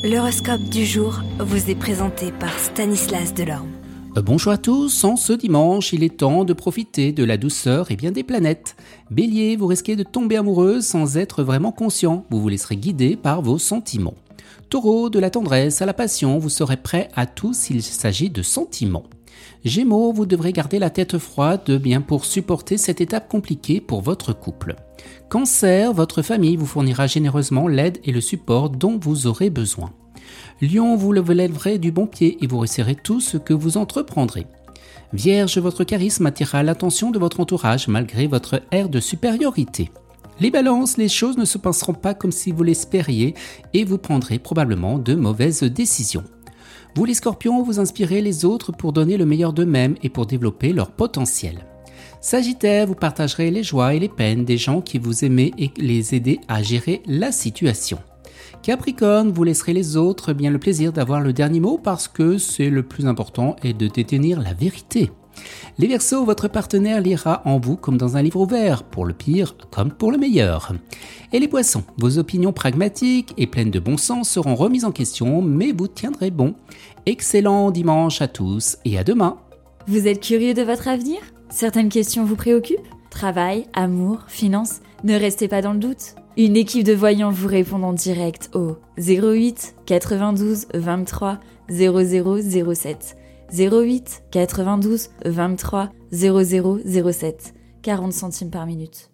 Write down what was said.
L'horoscope du jour vous est présenté par Stanislas Delorme. Bonjour à tous, en ce dimanche, il est temps de profiter de la douceur et bien des planètes. Bélier, vous risquez de tomber amoureux sans être vraiment conscient, vous vous laisserez guider par vos sentiments. Taureau, de la tendresse à la passion, vous serez prêt à tout s'il s'agit de sentiments. Gémeaux, vous devrez garder la tête froide bien pour supporter cette étape compliquée pour votre couple. Cancer, votre famille vous fournira généreusement l'aide et le support dont vous aurez besoin. Lion, vous le lèverez du bon pied et vous réussirez tout ce que vous entreprendrez. Vierge, votre charisme attirera l'attention de votre entourage malgré votre air de supériorité. Les balances, les choses ne se passeront pas comme si vous l'espériez et vous prendrez probablement de mauvaises décisions. Vous les scorpions, vous inspirez les autres pour donner le meilleur d'eux-mêmes et pour développer leur potentiel. Sagittaire, vous partagerez les joies et les peines des gens qui vous aimez et les aider à gérer la situation. Capricorne, vous laisserez les autres bien le plaisir d'avoir le dernier mot parce que c'est le plus important et de détenir la vérité. Les Verseaux, votre partenaire lira en vous comme dans un livre ouvert, pour le pire comme pour le meilleur. Et les Poissons, vos opinions pragmatiques et pleines de bon sens seront remises en question, mais vous tiendrez bon. Excellent dimanche à tous et à demain. Vous êtes curieux de votre avenir ? Certaines questions vous préoccupent ? Travail, amour, finances ? Ne restez pas dans le doute. Une équipe de voyants vous répond en direct au 08 92 23 0007. 08 92 23 0007. 40 centimes par minute.